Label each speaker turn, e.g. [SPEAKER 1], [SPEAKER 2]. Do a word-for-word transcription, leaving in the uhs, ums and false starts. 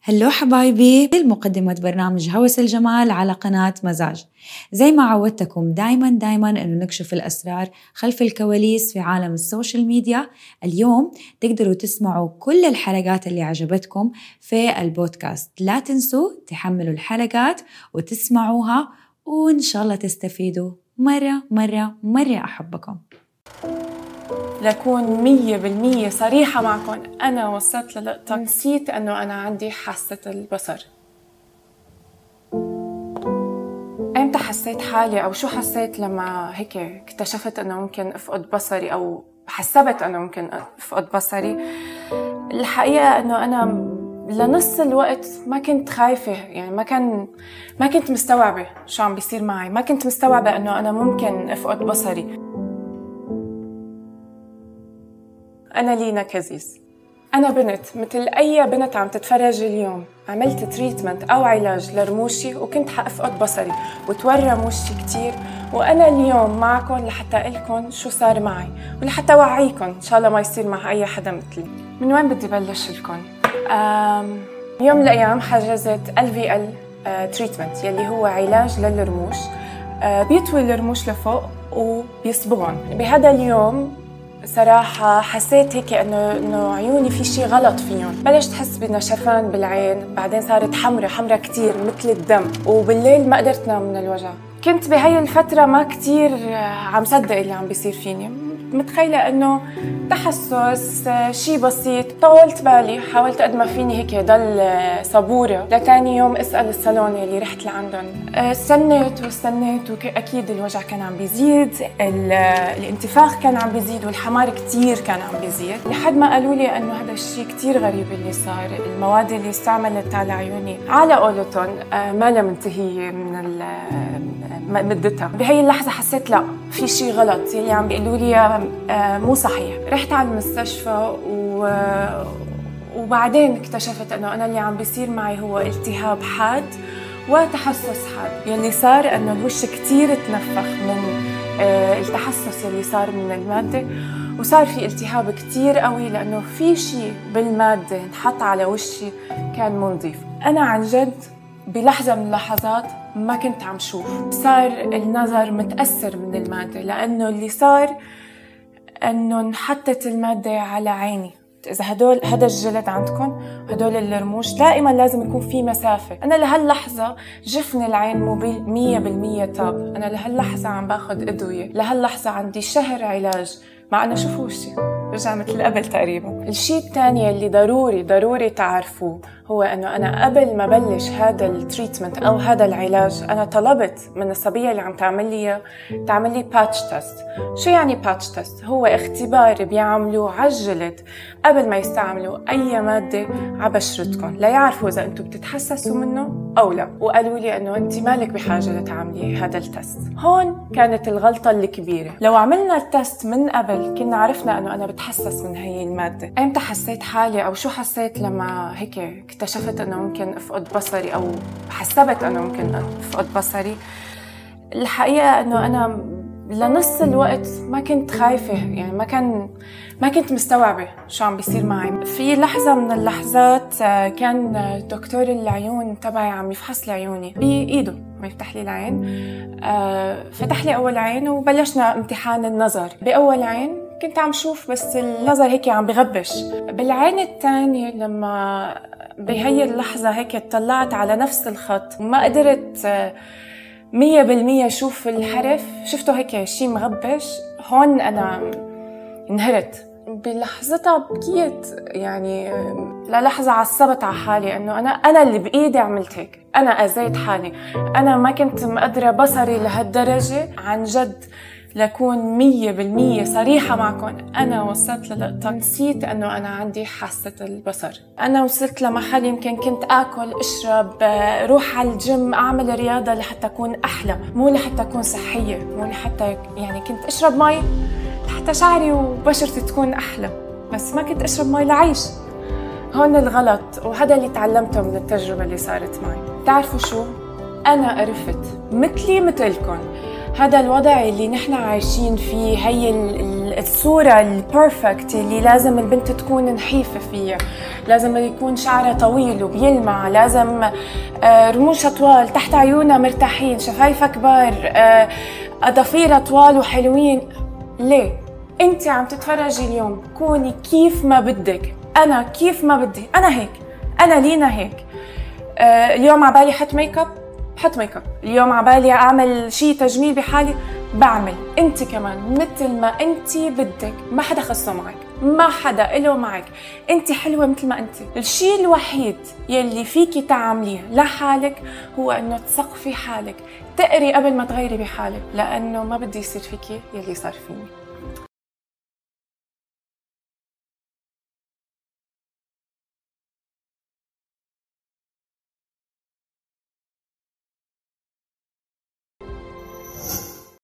[SPEAKER 1] هلو حبايبي، المقدمة برنامج هوس الجمال على قناة مزاج. زي ما عودتكم دايما دايما أنه نكشف الأسرار خلف الكواليس في عالم السوشيال ميديا. اليوم تقدروا تسمعوا كل الحلقات اللي عجبتكم في البودكاست. لا تنسوا تحملوا الحلقات وتسمعوها، وإن شاء الله تستفيدوا. مرة مرة مرة أحبكم.
[SPEAKER 2] لكون مية بالمية صريحة معكم، أنا وصلت للقطة نسيت أنه أنا عندي حاسة البصر. أمتى حسيت حالي أو شو حسيت لما هيك اكتشفت أنه ممكن أفقد بصري أو حسبت أنه ممكن أفقد بصري؟ الحقيقة أنه أنا لنص الوقت ما كنت خايفة، يعني ما كان ما كنت مستوعبة شو عم بيصير معي، ما كنت مستوعبة أنه أنا ممكن أفقد بصري. أنا لينا كزيز، أنا بنت مثل أي بنت عم تتفرج اليوم. عملت تريتمنت أو علاج لرموشي وكنت حأفقد بصري وتورى موشي كتير، وأنا اليوم معكم لحتى أقلكم شو صار معي ولحتى وعيكم إن شاء الله ما يصير مع أي حدا مثلي. من وين بدي بلش لكم؟ يوم من الأيام حجزت إل في إل تريتمنت يلي هو علاج للرموش، بيطوي الرموش لفوق وبيصبغهم. بهذا اليوم صراحة حسيت هيك إنه إنه عيوني في شيء غلط فيهم. بلشت أحس بنشفان بالعين، بعدين صارت حمرة حمرة كتير مثل الدم، وبالليل ما قدرت نام من الوجع. كنت بهاي الفترة ما كتير عم صدق اللي عم بيصير فيني، متخيلة إنه تحسس شيء بسيط. طولت بالي، حاولت قد ما فيني هيك ضل صبورة لتاني يوم اسأل الصالون اللي رحت لعندهم. استنيت واستنيت وأكيد الوجع كان عم بيزيد، الانتفاخ كان عم بيزيد، والحمار كتير كان عم بيزيد، لحد ما قالوا لي إنه هذا الشيء كتير غريب اللي صار. المواد اللي استعملت على عيوني على قولتهم ما لها منتهية من مدتها. بهي اللحظة حسيت لا، في شيء غلط، يلي عم بيقولوا لي مو صحيح. رحت على المستشفى و... وبعدين اكتشفت انه انا اللي عم بيصير معي هو التهاب حاد وتحسس حاد. يلي صار انه الوش كتير تنفخ من التحسس يلي صار من المادة، وصار في التهاب كتير قوي لانه في شيء بالمادة انحط على وشي كان مو نظيف. انا عن جد بلحظة من اللحظات ما كنت عم شوف، صار النظر متأثر من المادة، لأنه اللي صار أنه انحطت المادة على عيني. إذا هدول هذا الجلد عندكم هدول الرموش دائما لازم يكون في مسافة. أنا لهاللحظة جفن العين مو مية بالمية طاب، أنا لهاللحظة عم باخد أدوية، لهاللحظة عندي شهر علاج، مع أنه شوفوا وشي رجع مثل قبل تقريبا. الشيء الثاني اللي ضروري ضروري تعرفوه هو أنه أنا قبل ما بلش هذا التريتمنت أو هذا العلاج أنا طلبت من الصبية اللي عم تعمل لي تعمل لي باتش تيست. شو يعني باتش تيست؟ هو اختبار بيعملوه على الجلد قبل ما يستعملوا أي مادة على بشرتكم ليعرفوا إذا أنتم بتتحسسوا منه أو لا. وقالوا لي أنه أنت مالك بحاجة لتعملي هذا التست. هون كانت الغلطة الكبيرة. لو عملنا التست من قبل كنا عرفنا أنه أنا بتحسس من هي المادة. أمتى حسيت حالي أو شو حسيت لما هيك اكتشفت أنه ممكن أفقد بصري أو حسبت أنه ممكن أفقد بصري؟ الحقيقة أنه أنا لنص الوقت ما كنت خايفة، يعني ما كان ما كنت مستوعبة شو عم بيصير معي. في لحظة من اللحظات كان دكتور العيون تبعي عم يفحص لي عيوني بإيده، ما يفتح لي العين. فتح لي أول عين وبلشنا امتحان النظر. بأول عين كنت عم شوف بس النظر هيك عم بغبش. بالعين الثانية لما بهي اللحظة هيك اطلعت على نفس الخط وما قدرت مية بالمية شوف الحرف، شفته هيك شي مغبش، هون أنا انهرت. بلحظتها بكيت، يعني للحظة عصبت على حالي أنه أنا أنا اللي بإيدي عملت هيك، أنا أذيت حالي، أنا ما كنت مقدرة بصري لهالدرجة. عن جد لكون مية بالمية صريحة معكم، أنا وصلت للقطة نسيت أنه أنا عندي حاسة البصر. أنا وصلت لمحل يمكن كنت آكل أشرب روح على الجيم أعمل رياضة لحتى أكون أحلى، مو لحتى أكون صحية، مو لحتى يعني كنت أشرب مي لحتى شعري وبشرتي تكون أحلى، بس ما كنت أشرب مي لعيش. هون الغلط، وهذا اللي تعلمته من التجربة اللي صارت معي. تعرفوا شو؟ أنا قرفت مثلي مثلكم هذا الوضع اللي نحن عايشين فيه، هي الصورة البرفكت اللي لازم البنت تكون نحيفة فيها، لازم يكون شعرها طويل وبيلمع، لازم رموشها طوال، تحت عيونها مرتاحين، شفايفها كبار، أظافيرها طوال وحلوين. ليه؟ انت عم تتفرجي اليوم، كوني كيف ما بدك. انا كيف ما بدي، انا هيك، انا لينا هيك. آه اليوم عبالي حط ميك اب، بحط ميك اب. اليوم عبالي اعمل شيء تجميل بحالي، بعمل. انت كمان مثل ما انت بدك، ما حدا خصه معك، ما حدا إله معك. انت حلوة مثل ما انت. الشيء الوحيد يلي فيكي تعمليه لحالك هو انه تثقفي حالك، تقري قبل ما تغيري بحالك، لانه ما بدي يصير فيكي يلي صار فيني.